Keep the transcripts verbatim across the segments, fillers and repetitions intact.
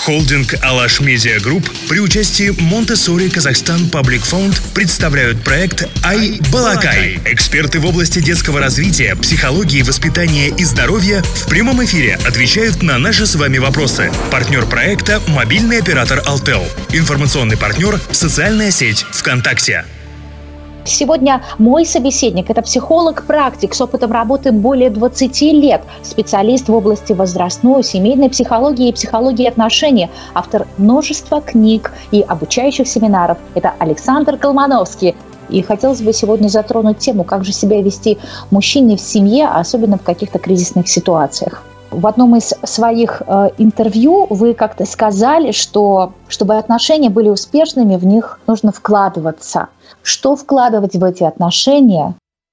Холдинг «Алаш Медиа Групп» при участии Монтессори Казахстан Паблик Фонд представляют проект «Ай Балакай». Эксперты в области детского развития, психологии, воспитания и здоровья в прямом эфире отвечают на наши с вами вопросы. Партнер проекта – мобильный оператор Алтел. Информационный партнер – социальная сеть ВКонтакте. Сегодня мой собеседник – это психолог-практик с опытом работы более двадцати лет, специалист в области возрастной, семейной психологии и психологии отношений, автор множества книг и обучающих семинаров. Это Александр Колмановский. И хотелось бы сегодня затронуть тему, как же себя вести мужчине в семье, особенно в каких-то кризисных ситуациях. В одном из своих э, интервью вы как-то сказали, что чтобы отношения были успешными, в них нужно вкладываться. Что вкладывать в эти отношения?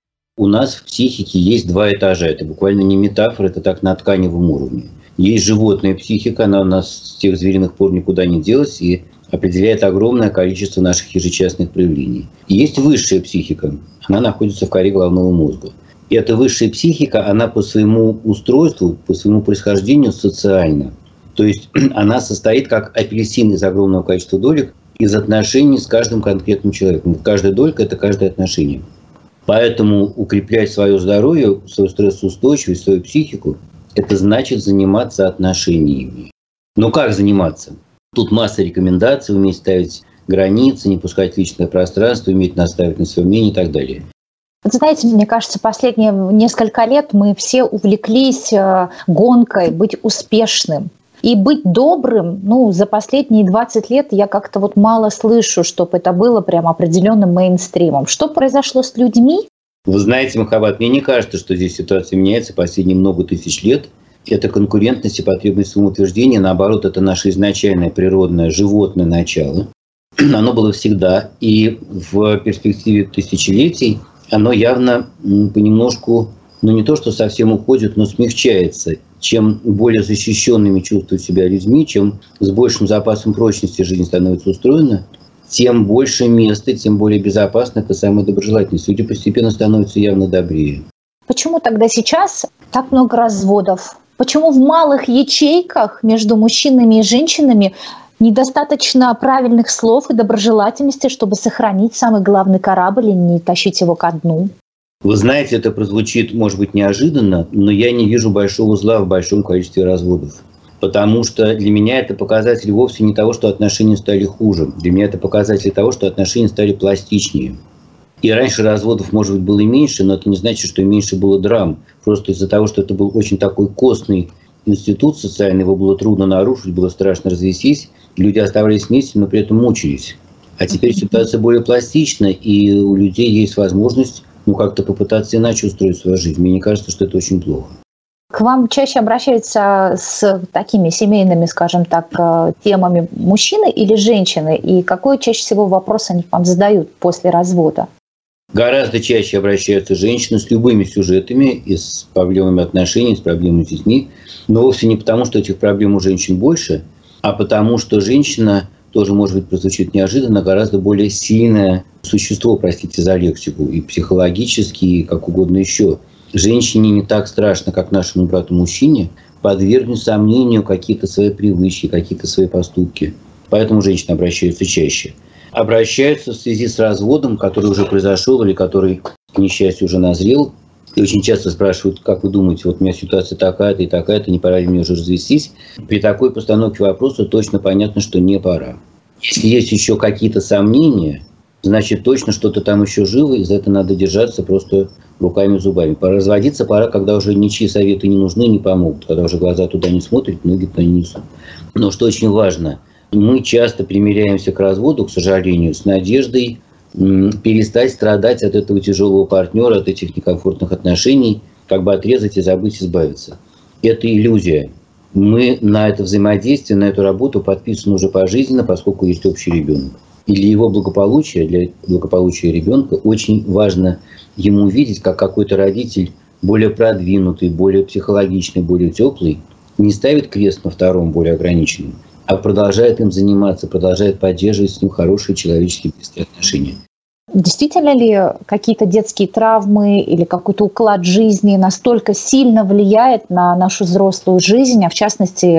У нас в психике есть два этажа. Это буквально не метафора, это так на тканевом уровне. Есть животная психика, она у нас с тех звериных пор никуда не делась и определяет огромное количество наших ежечасных проявлений. И есть высшая психика, она находится в коре головного мозга. И эта высшая психика, она по своему устройству, по своему происхождению социальна. То есть она состоит как апельсин из огромного количества долек, из отношений с каждым конкретным человеком. Каждая долька – это каждое отношение. Поэтому укреплять свое здоровье, свою стрессоустойчивость, свою психику – это значит заниматься отношениями. Но как заниматься? Тут масса рекомендаций, уметь ставить границы, не пускать в личное пространство, уметь настаивать на своем мнении и так далее. Знаете, мне кажется, последние несколько лет мы все увлеклись гонкой быть успешным. И быть добрым, ну, за последние двадцать лет я как-то вот мало слышу, чтобы это было прям определенным мейнстримом. Что произошло с людьми? Вы знаете, Махаббат, мне не кажется, что здесь ситуация меняется последние много тысяч лет. Это конкурентность и потребность самоутверждения. Наоборот, это наше изначальное природное животное начало. Оно было всегда. И в перспективе тысячелетий оно явно понемножку, ну не то что совсем уходит, но смягчается. Чем более защищенными чувствуют себя людьми, чем с большим запасом прочности жизнь становится устроена, тем больше места, тем более безопасно эта самая доброжелательность. Люди постепенно становятся явно добрее. Почему тогда сейчас так много разводов? Почему в малых ячейках между мужчинами и женщинами недостаточно правильных слов и доброжелательности, чтобы сохранить самый главный корабль и не тащить его ко дну? Вы знаете, это прозвучит, может быть, неожиданно, но я не вижу большого зла в большом количестве разводов. Потому что для меня это показатель вовсе не того, что отношения стали хуже. Для меня это показатель того, что отношения стали пластичнее. И раньше разводов, может быть, было и меньше, но это не значит, что и меньше было драм. Просто из-за того, что это был очень такой костный институт социальный, его было трудно нарушить, было страшно развестись. Люди оставались вместе, но при этом мучились. А теперь ситуация более пластична, и у людей есть возможность ну, как-то попытаться иначе устроить свою жизнь. Мне не кажется, что это очень плохо. К вам чаще обращаются с такими семейными, скажем так, темами мужчины или женщины? И какой чаще всего вопрос они вам задают после развода? Гораздо чаще обращаются женщины с любыми сюжетами и с проблемами отношений, с проблемами с детьми. Но вовсе не потому, что этих проблем у женщин больше, а потому что женщина, тоже, может быть, прозвучит неожиданно, гораздо более сильное существо, простите за лексику, и психологически, и как угодно еще. Женщине не так страшно, как нашему брату-мужчине, подвергнуть сомнению какие-то свои привычки, какие-то свои поступки. Поэтому женщины обращаются чаще. Обращаются в связи с разводом, который уже произошел или который, к несчастью, уже назрел. И очень часто спрашивают, как вы думаете, вот у меня ситуация такая-то и такая-то, не пора ли мне уже развестись? При такой постановке вопроса точно понятно, что не пора. Если есть еще какие-то сомнения, значит, точно что-то там еще живо, и за это надо держаться просто руками и зубами. Пора разводиться, пора, когда уже ничьи советы не нужны, не помогут, когда уже глаза туда не смотрят, ноги туда не несут. Но что очень важно, мы часто примиряемся к разводу, к сожалению, с надеждой перестать страдать от этого тяжелого партнера, от этих некомфортных отношений, как бы отрезать и забыть, избавиться. Это иллюзия. Мы на это взаимодействие, на эту работу подписаны уже пожизненно, поскольку есть общий ребенок. И для его благополучия, для благополучия ребенка очень важно ему видеть, как какой-то родитель более продвинутый, более психологичный, более теплый, не ставит крест на втором, более ограниченном, а продолжает им заниматься, продолжает поддерживать с ним хорошие человеческие близкие отношения. Действительно ли какие-то детские травмы или какой-то уклад жизни настолько сильно влияет на нашу взрослую жизнь, а в частности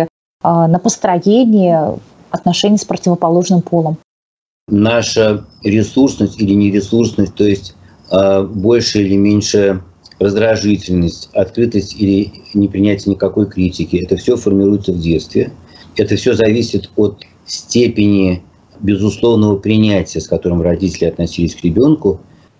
на построение отношений с противоположным полом? Наша ресурсность или нересурсность, то есть больше или меньше раздражительность, открытость или непринятие никакой критики, это все формируется в детстве. Это все зависит от степени безусловного принятия, с которым родители относились к ребенку.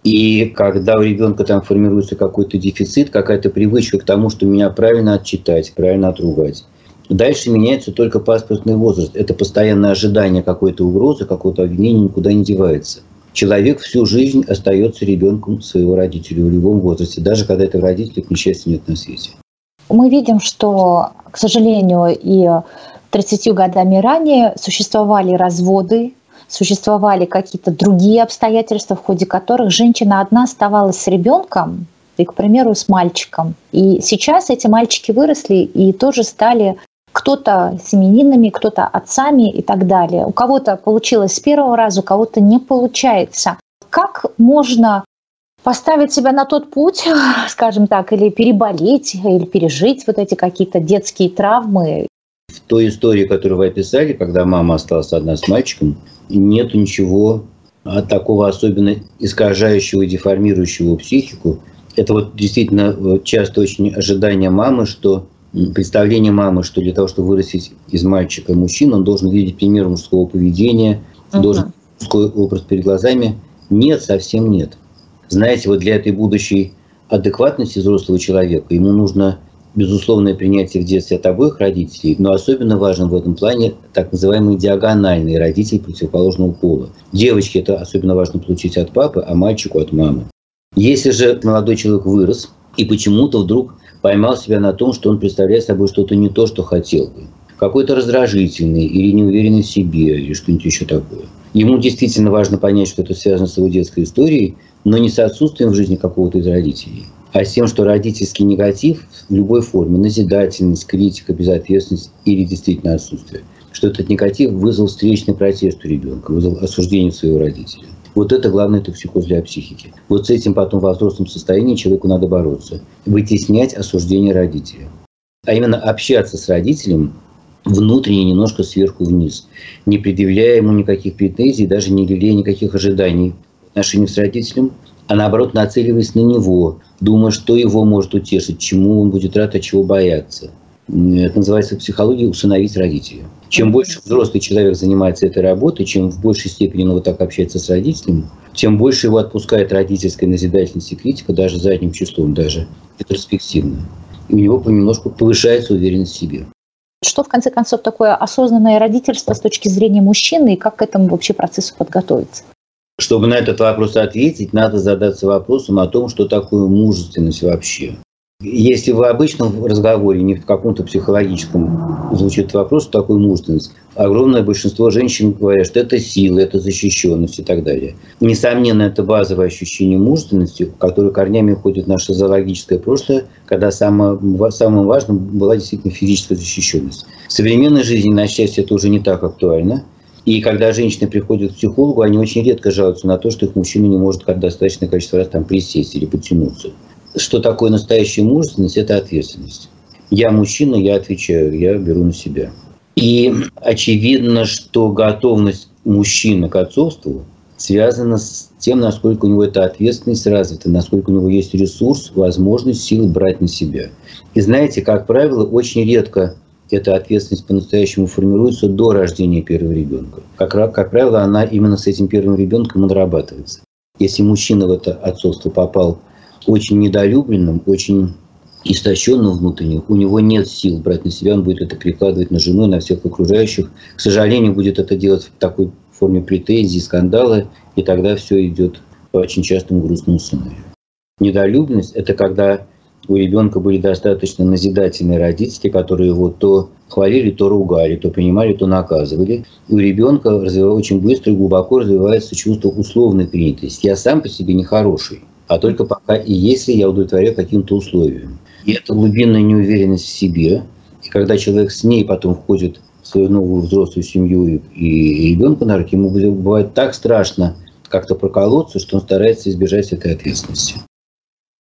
И когда у ребенка там формируется какой-то дефицит, какая-то привычка к тому, что меня правильно отчитать, правильно отругать. Дальше меняется только паспортный возраст. Это постоянное ожидание какой-то угрозы, какого-то обвинения никуда не девается. Человек всю жизнь остается ребенком своего родителя в любом возрасте, даже когда этого родителя, к несчастью, нет на свете. Мы видим, что, к сожалению, и тридцатью годами ранее существовали разводы, существовали какие-то другие обстоятельства, в ходе которых женщина одна оставалась с ребенком, и, к примеру, с мальчиком. И сейчас эти мальчики выросли и тоже стали кто-то семьянинами, кто-то отцами и так далее. У кого-то получилось с первого раза, у кого-то не получается. Как можно поставить себя на тот путь, скажем так, или переболеть, или пережить вот эти какие-то детские травмы? В той истории, которую вы описали, когда мама осталась одна с мальчиком, нет ничего такого особенно искажающего и деформирующего психику. Это вот действительно часто очень ожидание мамы, что представление мамы, что для того, чтобы вырастить из мальчика мужчину, он должен видеть пример мужского поведения, uh-huh. должен мужской образ перед глазами. Нет, совсем нет. Знаете, вот для этой будущей адекватности взрослого человека ему нужно безусловное принятие в детстве от обоих родителей, но особенно важен в этом плане так называемый диагональный родитель противоположного пола. Девочке это особенно важно получить от папы, а мальчику от мамы. Если же молодой человек вырос и почему-то вдруг поймал себя на том, что он представляет собой что-то не то, что хотел бы, какой-то раздражительный или неуверенный в себе, или что-нибудь еще такое. Ему действительно важно понять, что это связано с его детской историей, но не с отсутствием в жизни какого-то из родителей, а с тем, что родительский негатив в любой форме, назидательность, критика, безответственность или действительно отсутствие, что этот негатив вызвал встречный протест у ребенка, вызвал осуждение своего родителя. Вот это главное токсикоз для психики. Вот с этим потом во взрослом состоянии человеку надо бороться. Вытеснять осуждение родителя. А именно общаться с родителем внутренне, немножко сверху вниз. Не предъявляя ему никаких претензий, даже не лелея никаких ожиданий в отношении с родителем, а наоборот нацеливаясь на него, думая, что его может утешить, чему он будет рад, от чего бояться. Это называется в психологии усыновить родителя. Чем больше взрослый человек занимается этой работой, чем в большей степени он вот так общается с родителем, тем больше его отпускает родительская назидательность и критика даже задним числом, даже ретроспективно. И у него понемножку повышается уверенность в себе. Что, в конце концов, такое осознанное родительство с точки зрения мужчины и как к этому вообще процессу подготовиться? Чтобы на этот вопрос ответить, надо задаться вопросом о том, что такое мужественность вообще. Если в обычном разговоре, не в каком-то психологическом звучит вопрос, что такое мужественность, огромное большинство женщин говорят, что это сила, это защищенность и так далее. Несомненно, это базовое ощущение мужественности, которое корнями уходит в наше зоологическое прошлое, когда самым, самым важным была действительно физическая защищенность. В современной жизни, на счастье, это уже не так актуально. И когда женщины приходят к психологу, они очень редко жалуются на то, что их мужчина не может достаточное количество раз там присесть или подтянуться. Что такое настоящая мужественность? Это ответственность. Я мужчина, я отвечаю, я беру на себя. И очевидно, что готовность мужчины к отцовству связана с тем, насколько у него эта ответственность развита, насколько у него есть ресурс, возможность, силы брать на себя. И знаете, как правило, очень редко эта ответственность по-настоящему формируется до рождения первого ребенка. Как, как правило, она именно с этим первым ребенком надрабатывается. Если мужчина в это отцовство попал очень недолюбленным, очень истощенным внутренне, у него нет сил брать на себя, он будет это перекладывать на жену и на всех окружающих. К сожалению, будет это делать в такой форме претензий, скандала, и тогда все идет по очень частому грустному сценарию. Недолюбленность – это когда у ребенка были достаточно назидательные родители, которые его то хвалили, то ругали, то принимали, то наказывали. И у ребенка очень быстро и глубоко развивается чувство условной принятости. Я сам по себе не хороший, а только пока и если я удовлетворяю каким-то условиям. И это глубинная неуверенность в себе. И когда человек с ней потом входит в свою новую взрослую семью и ребенка на руки, ему бывает так страшно как-то проколоться, что он старается избежать этой ответственности.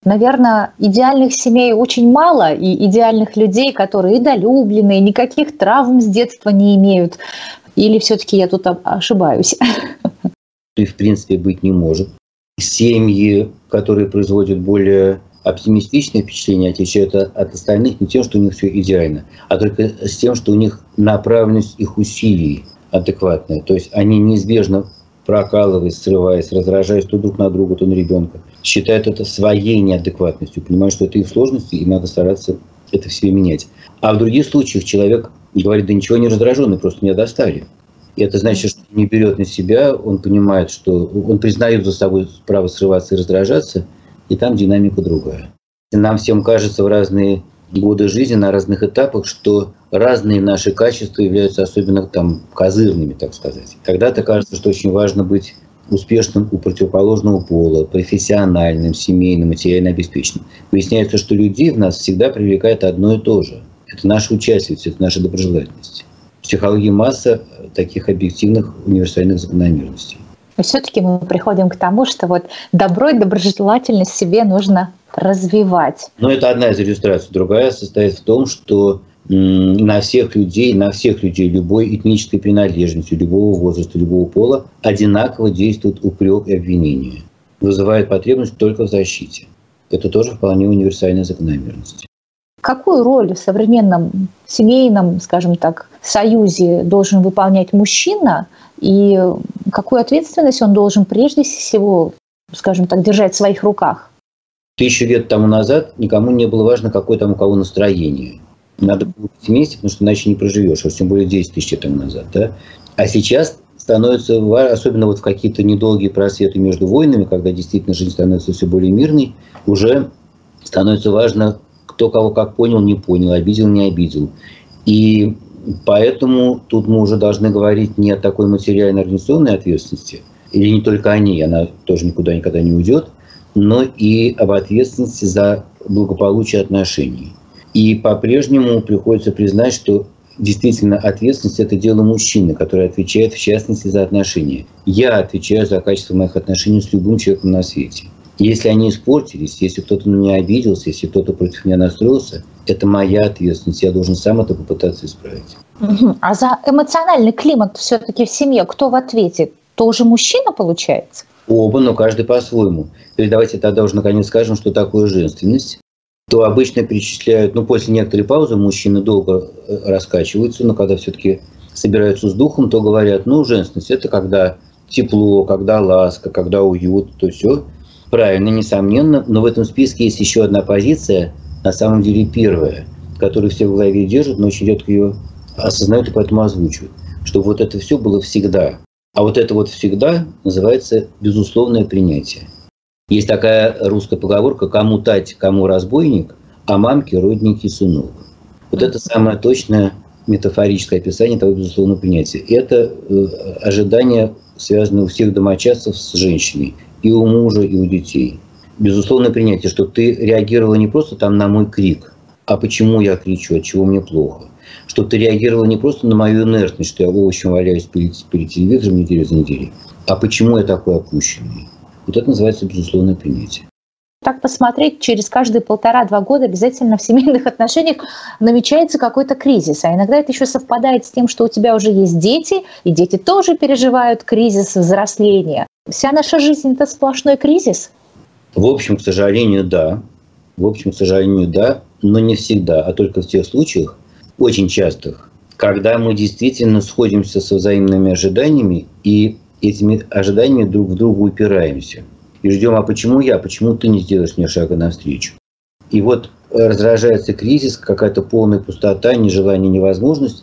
Наверное, идеальных семей очень мало, и идеальных людей, которые долюбленные, никаких травм с детства не имеют. Или все-таки я тут ошибаюсь? И в принципе быть не может. Семьи, которые производят более оптимистичное впечатление, отличаются от остальных не тем, что у них все идеально, а только с тем, что у них направленность их усилий адекватная. То есть они неизбежно, прокалываясь, срываясь, раздражаясь то друг на друга, то на ребенка, считают это своей неадекватностью, понимают, что это их сложности, и надо стараться это в себе менять. А в других случаях человек говорит: да ничего не раздраженный, просто меня достали. И это значит, что он не берет на себя, он понимает, что он признает за собой право срываться и раздражаться, и там динамика другая. Нам всем кажется в разные годы жизни, на разных этапах, что разные наши качества являются особенно там козырными, так сказать. Когда-то кажется, что очень важно быть успешным у противоположного пола, профессиональным, семейным, материально обеспеченным. Выясняется, что людей в нас всегда привлекает одно и то же. Это наша участливость, это наша доброжелательность. В психологии масса таких объективных универсальных закономерностей. И все-таки мы приходим к тому, что вот добро и доброжелательность себе нужно развивать. Но это одна из иллюстраций. Другая состоит в том, что на всех людей, на всех людей любой этнической принадлежности, любого возраста, любого пола одинаково действует упрек и обвинение. Вызывает потребность только в защите. Это тоже вполне универсальная закономерность. Какую роль в современном семейном, скажем так, союзе должен выполнять мужчина, и какую ответственность он должен прежде всего, скажем так, держать в своих руках? Тысячу лет тому назад никому не было важно, какое там у кого настроение. Надо быть вместе, потому что иначе не проживешь, а тем более десять тысяч лет тому назад. Да? А сейчас становится важно, особенно вот в какие-то недолгие просветы между войнами, когда действительно жизнь становится все более мирной, уже становится важно, кто кого как понял, не понял, обидел, не обидел. И поэтому тут мы уже должны говорить не о такой материальной организационной ответственности, или не только о ней, она тоже никуда никогда не уйдет, но и об ответственности за благополучие отношений. И по-прежнему приходится признать, что действительно ответственность – это дело мужчины, который отвечает в частности за отношения. Я отвечаю за качество моих отношений с любым человеком на свете. Если они испортились, если кто-то на меня обиделся, если кто-то против меня настроился, это моя ответственность, я должен сам это попытаться исправить. А за эмоциональный климат все-таки в семье кто в ответе? Тоже мужчина, получается? Оба, но каждый по-своему. То есть давайте тогда уже наконец скажем, что такое женственность. То обычно перечисляют, ну, после некоторой паузы мужчины долго раскачиваются, но когда все-таки собираются с духом, то говорят: ну, женственность – это когда тепло, когда ласка, когда уют, то все. Правильно, несомненно, но в этом списке есть еще одна позиция, на самом деле первая, которую все в голове держат, но очень редко ее осознают и поэтому озвучивают, что вот это все было всегда. А вот это вот всегда называется безусловное принятие. Есть такая русская поговорка: кому тать, кому разбойник, а мамке родненький сынок. Вот это самое точное метафорическое описание того безусловного принятия. Это ожидание, связанное у всех домочадцев с женщиной. И у мужа, и у детей. Безусловное принятие, что ты реагировала не просто там на мой крик, а почему я кричу, от чего мне плохо. Что ты реагировала не просто на мою инертность, что я овощем валяюсь перед, перед телевизором неделю за неделей, а почему я такой опущенный. Вот это называется безусловное принятие. Так посмотреть, через каждые полтора-два года обязательно в семейных отношениях намечается какой-то кризис. А иногда это еще совпадает с тем, что у тебя уже есть дети, и дети тоже переживают кризис взросления. Вся наша жизнь – это сплошной кризис? В общем, к сожалению, да. В общем, к сожалению, да, но не всегда, а только в тех случаях, очень частых, когда мы действительно сходимся со взаимными ожиданиями и этими ожиданиями друг в друга упираемся. И ждем: а почему я, почему ты не сделаешь мне шага навстречу? И вот разражается кризис, какая-то полная пустота, нежелание, невозможность.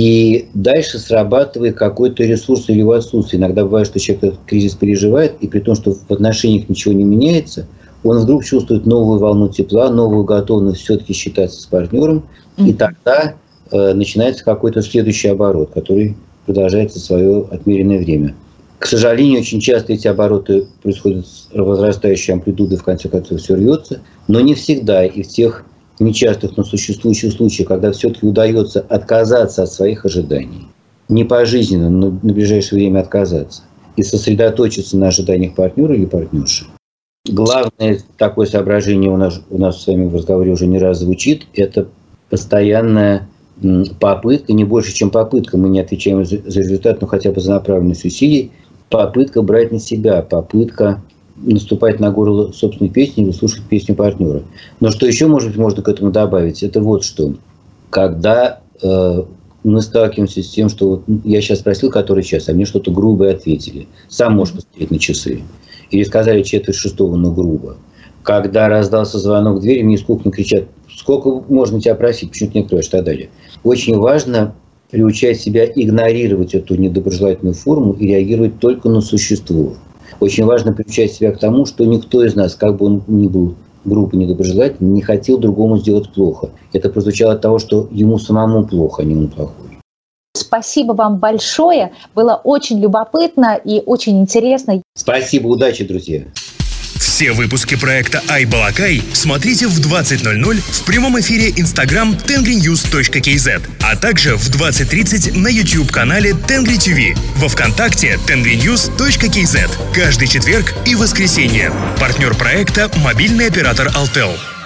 И дальше срабатывает какой-то ресурс или его отсутствие. Иногда бывает, что человек этот кризис переживает, и при том, что в отношениях ничего не меняется, он вдруг чувствует новую волну тепла, новую готовность все-таки считаться с партнером, mm-hmm. и тогда э, начинается какой-то следующий оборот, который продолжается свое отмеренное время. К сожалению, очень часто эти обороты происходят с возрастающей амплитудой, в конце концов все рвется, но не всегда, и в тех нечастых, но существующих случаях, когда все-таки удается отказаться от своих ожиданий, не пожизненно, но на ближайшее время отказаться, и сосредоточиться на ожиданиях партнера или партнерши, Главное такое соображение у нас, у нас с вами в разговоре уже не раз звучит, это постоянная попытка, не больше, чем попытка, мы не отвечаем за, за результат, но хотя бы за направленность усилий, попытка брать на себя, попытка наступать на горло собственной песни или слушать песню партнера. Но что еще, может быть, можно к этому добавить, это вот что. Когда э, мы сталкиваемся с тем, что вот я сейчас спросил, который час, а мне что-то грубое ответили. Сам можешь посмотреть на часы. Или сказали четверть шестого, но грубо. Когда раздался звонок в дверь, мне из кухни кричат: сколько можно тебя просить, почему ты не откроешь, и так далее. Очень важно приучать себя игнорировать эту недоброжелательную форму и реагировать только на существо. Очень важно приучать себя к тому, что никто из нас, как бы он ни был грубо недоброжелательный, не хотел другому сделать плохо. Это прозвучало от того, что ему самому плохо, а не ему плохое. Спасибо вам большое. Было очень любопытно и очень интересно. Спасибо, удачи, друзья. Все выпуски проекта iBalakay смотрите в двадцать ноль ноль в прямом эфире Instagram тенгри ньюс точка кей зет, а также в двадцать тридцать на YouTube-канале Тенгри ТВ, во ВКонтакте тенгри ньюс точка кей зет. Каждый четверг и воскресенье. Партнер проекта — мобильный оператор Алтел.